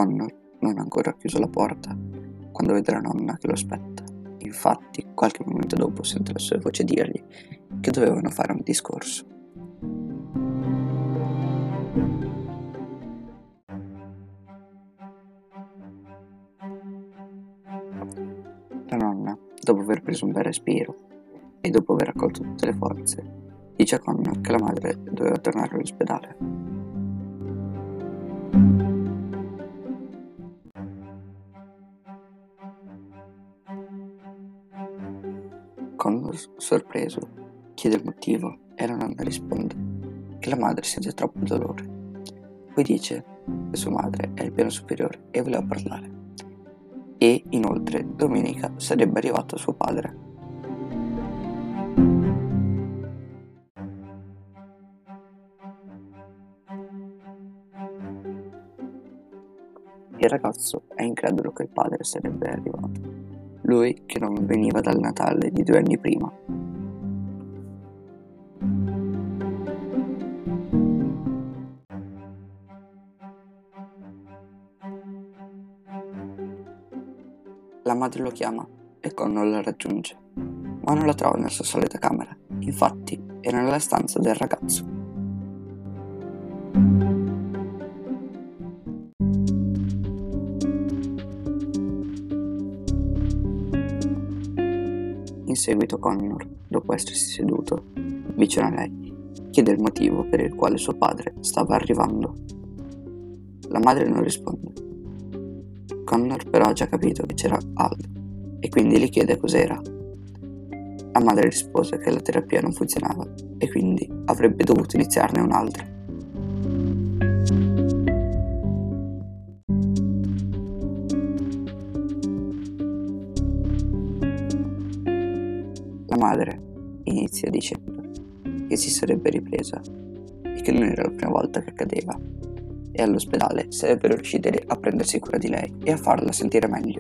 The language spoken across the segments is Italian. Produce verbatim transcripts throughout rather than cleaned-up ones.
Connor non ha ancora chiuso la porta quando vede la nonna che lo aspetta. Infatti, qualche momento dopo sente la sua voce dirgli che dovevano fare un discorso. La nonna, dopo aver preso un bel respiro e dopo aver raccolto tutte le forze, dice a Connor che la madre doveva tornare all'ospedale. Connor, sorpreso, chiede il motivo e la nonna risponde che la madre sente troppo dolore. Poi dice che sua madre è al piano superiore e voleva parlare. E inoltre domenica sarebbe arrivato suo padre. Il ragazzo è incredulo che il padre sarebbe arrivato, lui che non veniva dal Natale di due anni prima. La madre lo chiama e Connor la raggiunge, ma non la trova nella sua solita camera, infatti era nella stanza del ragazzo. In seguito Connor, dopo essersi seduto vicino a lei, chiede il motivo per il quale suo padre stava arrivando. La madre non risponde. Connor però ha già capito che c'era Aldo e quindi gli chiede cos'era. La madre rispose che la terapia non funzionava e quindi avrebbe dovuto iniziarne un'altra. La madre inizia dicendo che si sarebbe ripresa e che non era la prima volta che accadeva e all'ospedale sarebbero riusciti a prendersi cura di lei e a farla sentire meglio.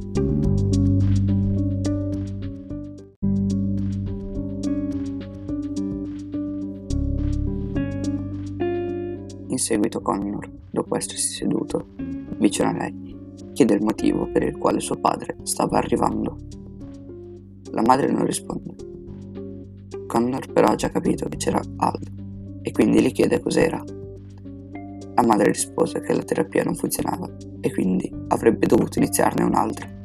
In seguito Connor, dopo essersi seduto vicino a lei, chiede il motivo per il quale suo padre stava arrivando. La madre non risponde. Connor però ha già capito che c'era Aldo e quindi gli chiede cos'era. La madre rispose che la terapia non funzionava e quindi avrebbe dovuto iniziarne un'altra.